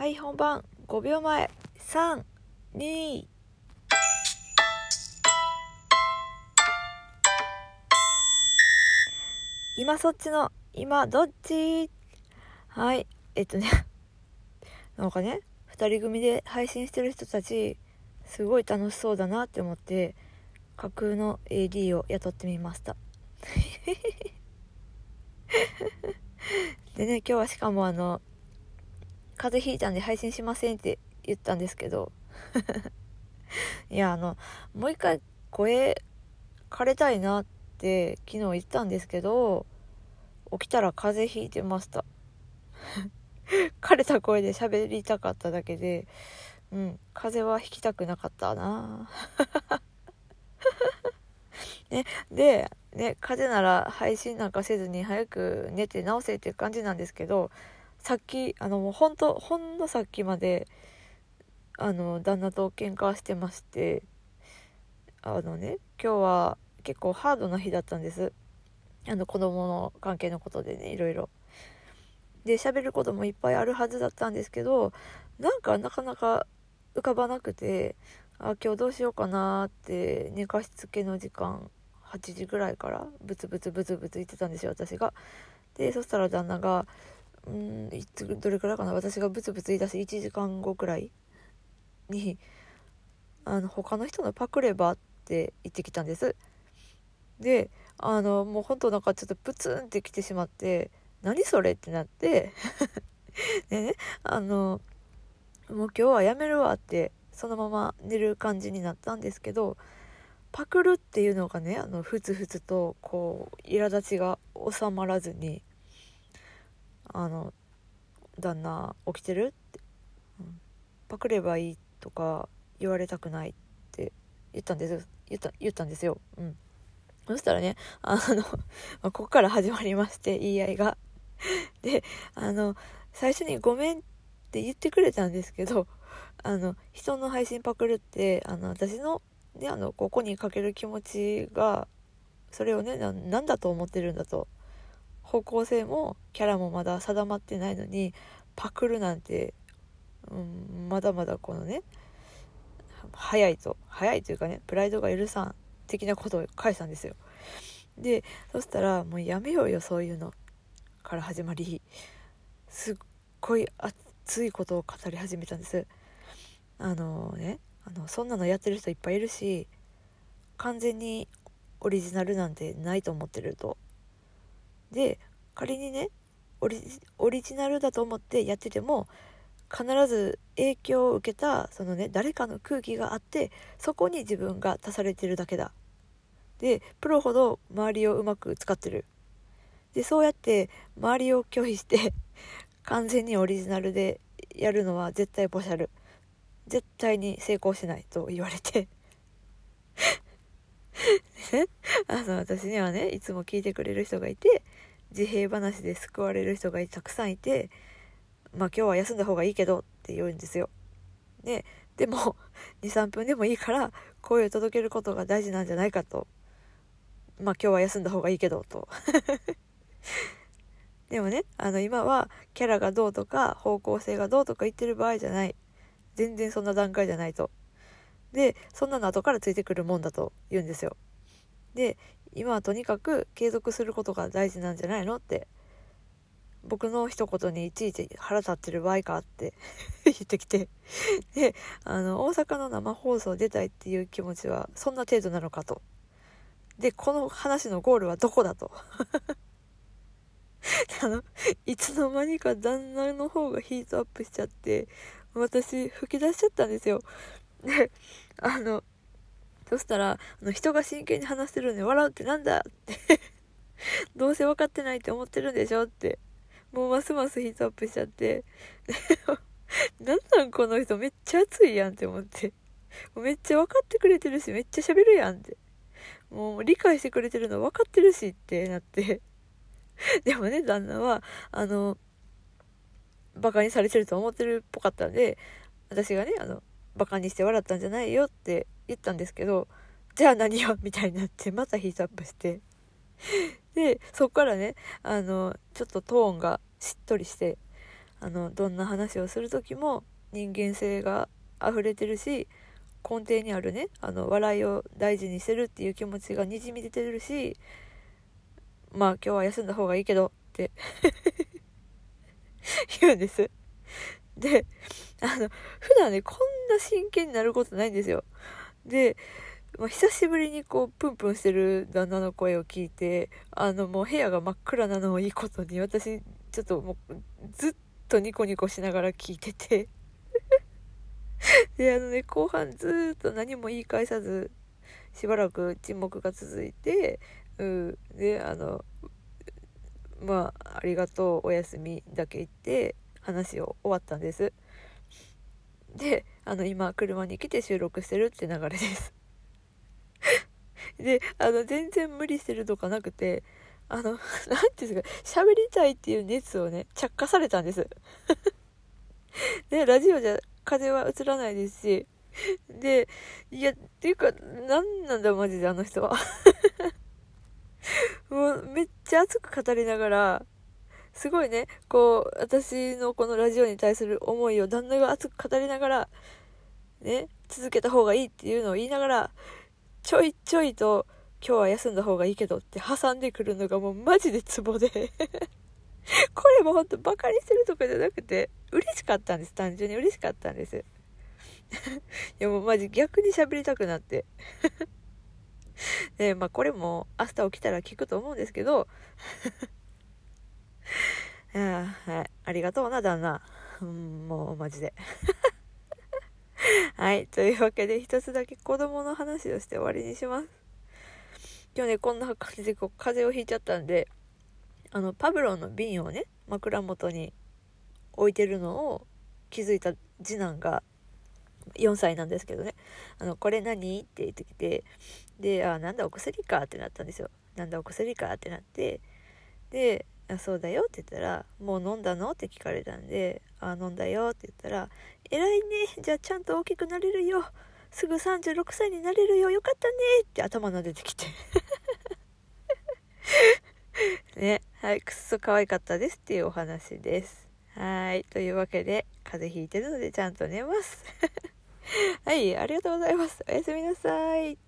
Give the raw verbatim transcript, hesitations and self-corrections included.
はい、本番ごびょうまえ。さん、に。今そっちの今どっち。はい、えっとねなんかねふたり組で配信してる人たちすごい楽しそうだなって思って架空の エーディー を雇ってみましたでね、今日はしかもあの風邪ひいたんで配信しませんって言ったんですけどいやあのもう一回声枯れたいなって昨日言ったんですけど、起きたら風邪ひいてました枯れた声で喋りたかっただけで、うん風邪はひきたくなかったなね、でね、風邪なら配信なんかせずに早く寝て治せっていう感じなんですけど、さっきあのもうほんとほんのさっきまであの旦那と喧嘩してまして、あのね今日は結構ハードな日だったんです。あの子供の関係のことでね、いろいろで喋ることもいっぱいあるはずだったんですけど、なんかなかなか浮かばなくて、あ今日どうしようかなって寝かしつけの時間はちじぐらいからブツブツブツブツ言ってたんですよ、私が。でそしたら旦那がうーんいつどれくらいかな、私がブツブツ言い出していちじかんごくらいにあの他の人のパクればって言ってきたんです。であのもう本当なんかちょっとプツンってきてしまって、何それってなってでね、あのもう今日はやめるわってそのまま寝る感じになったんですけど、パクるっていうのがね、あのふつふつとこう苛立ちが収まらずに、あの旦那起きてるって、うん、パクればいいとか言われたくないって言ったんです言った言ったんですよ。うんそしたらね、あのここから始まりまして、言い合いがで、あの最初にごめんって言ってくれたんですけど、あの人の配信パクるってあの私のね、あのここにかける気持ちがそれをね な, なんだと思ってるんだと、方向性もキャラもまだ定まってないのにパクるなんて、うん、まだまだこのね早いと早いというかね、プライドが許さん的なことを返したんですよ。でそしたらもうやめようよそういうのから始まり、すっごい熱いことを語り始めたんです。あのねあのそんなのやってる人いっぱいいるし、完全にオリジナルなんてないと思ってると。で仮にねオリ、オリジナルだと思ってやってても必ず影響を受けたそのね誰かの空気があって、そこに自分が足されてるだけだ。でプロほど周りをうまく使ってる。でそうやって周りを拒否して完全にオリジナルでやるのは絶対ポシャル、絶対に成功しないと言われてあの私にはねいつも聞いてくれる人がいて、自閉話で救われる人がたくさんいて、まあ今日は休んだ方がいいけどって言うんですよ。ででも にさんぷんでもいいから声を届けることが大事なんじゃないかと、まあ今日は休んだ方がいいけどとでもね、あの今はキャラがどうとか方向性がどうとか言ってる場合じゃない、全然そんな段階じゃないと。でそんなの後からついてくるもんだと言うんですよ。で今はとにかく継続することが大事なんじゃないのって、僕の一言にいちいち腹立ってる場合かって言ってきて、であの大阪の生放送出たいっていう気持ちはそんな程度なのかと、でこの話のゴールはどこだとあのいつの間にか旦那の方がヒートアップしちゃって、私吹き出しちゃったんですよ。であのそしたらあの人が真剣に話してるんで笑うってなんだってどうせ分かってないって思ってるんでしょって、もうますますヒートアップしちゃって、なんなんこの人めっちゃ熱いやんって思って、めっちゃ分かってくれてるしめっちゃ喋るやんって、もう理解してくれてるの分かってるしってなってでもね旦那はあのバカにされてると思ってるっぽかったんで、私がねあのバカにして笑ったんじゃないよって言ったんですけど、じゃあ何よみたいになってまたヒートアップして、でそっからねあのちょっとトーンがしっとりして、 あのどんな話をする時も人間性が溢れてるし、根底にあるねあの笑いを大事にしてるっていう気持ちがにじみ出てるし、まあ今日は休んだ方がいいけどって言うんです。で、あの普段ねこんな真剣になることないんですよ。で、まあ、久しぶりにこうプンプンしてる旦那の声を聞いて、あのもう部屋が真っ暗なのをいいことに、私ちょっともうずっとニコニコしながら聞いててであのね後半ずっと何も言い返さずしばらく沈黙が続いて、うんであのまあありがとうおやすみだけ言って話を終わったんです。であの今車に来て収録してるって流れですであの全然無理してるとかなくて、あのなんていうんですか、喋りたいっていう熱をね着火されたんですでラジオじゃ風は映らないですし、でいやっていうかなんなんだマジであの人はもうめっちゃ熱く語りながら、すごいねこう私のこのラジオに対する思いを旦那が熱く語りながらね、続けた方がいいっていうのを言いながら、ちょいちょいと今日は休んだ方がいいけどって挟んでくるのがもうマジでツボでこれもほんとバカにしてるとかじゃなくて嬉しかったんです。単純に嬉しかったんですいやもうマジ逆に喋りたくなってでまあこれも明日起きたら聞くと思うんですけどあ、はい、ありがとうな旦那、うん、もうマジではい、というわけで一つだけ子供の話をして終わりにします。今日ねこんな感じでこう風邪をひいちゃったんで、あのパブロンの瓶をね枕元に置いてるのを気づいた次男がよんさいなんですけどね、あのこれ何って言ってきて、であなんだお薬かってなったんですよ。なんだお薬かってなって、であそうだよって言ったら、もう飲んだのって聞かれたんで、あ飲んだよって言ったら、偉いね、じゃあちゃんと大きくなれるよ、すぐさんじゅうろくさいになれるよ、よかったねって頭撫でてきてね、はい、くっそ可愛かったですっていうお話です。はい、というわけで風邪ひいてるのでちゃんと寝ますはい、ありがとうございます。おやすみなさい。